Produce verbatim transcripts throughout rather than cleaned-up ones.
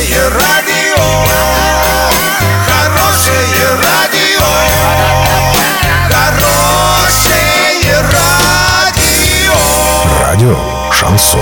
Хорошее радио, хорошее радио, хорошее радио. Радио Шансон.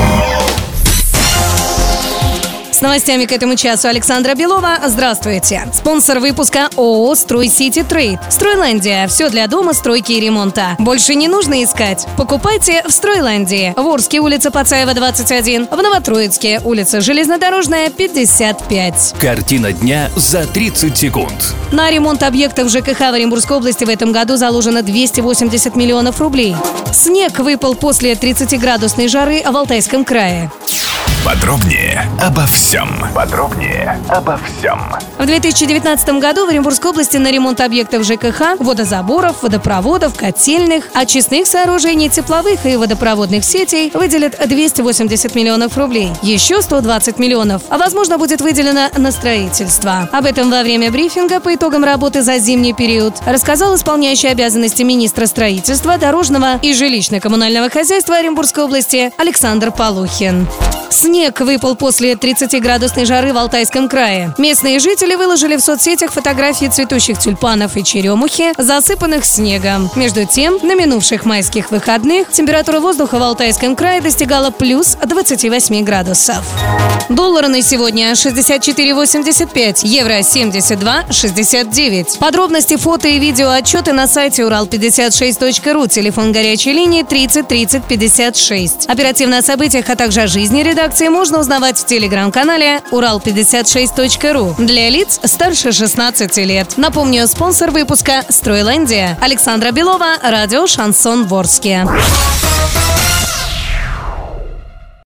С новостями к этому часу Александра Белова. Здравствуйте. Спонсор выпуска ООО «Стройсити Трейд». Стройландия. Все для дома, стройки и ремонта. Больше не нужно искать. Покупайте в Стройландии. В Орске, улица Пацаева, двадцать один. В Новотроицке, улица Железнодорожная, пятьдесят пять. Картина дня за тридцать секунд. На ремонт объектов ЖКХ в Оренбургской области в этом году заложено двести восемьдесят миллионов рублей. Снег выпал после тридцатиградусной жары в Алтайском крае. Подробнее обо всем. Подробнее обо всем. В две тысячи девятнадцатом году в Оренбургской области на ремонт объектов ЖКХ, водозаборов, водопроводов, котельных, очистных сооружений, тепловых и водопроводных сетей выделят двести восемьдесят миллионов рублей. Еще сто двадцать миллионов, а возможно, будет выделено на строительство. Об этом во время брифинга по итогам работы за зимний период рассказал исполняющий обязанности министра строительства, дорожного и жилищно-коммунального хозяйства Оренбургской области Александр Полухин. Снег выпал после тридцатиградусной жары в Алтайском крае. Местные жители выложили в соцсетях фотографии цветущих тюльпанов и черемухи, засыпанных снегом. Между тем, на минувших майских выходных температура воздуха в Алтайском крае достигала плюс двадцать восемь градусов. Доллары на сегодня шестьдесят четыре восемьдесят пять, евро семьдесят два шестьдесят девять. Подробности, фото и видео отчеты на сайте урал пятьдесят шесть точка ру, телефон горячей линии тридцать тридцать пятьдесят шесть. Оперативно о событиях, а также о жизни редакции можно узнавать в телеграм-канале урал пятьдесят шесть точка ру для лиц старше шестнадцати лет. Напомню, спонсор выпуска «Стройландия». Александра Белова, радио «Шансон» в Орске.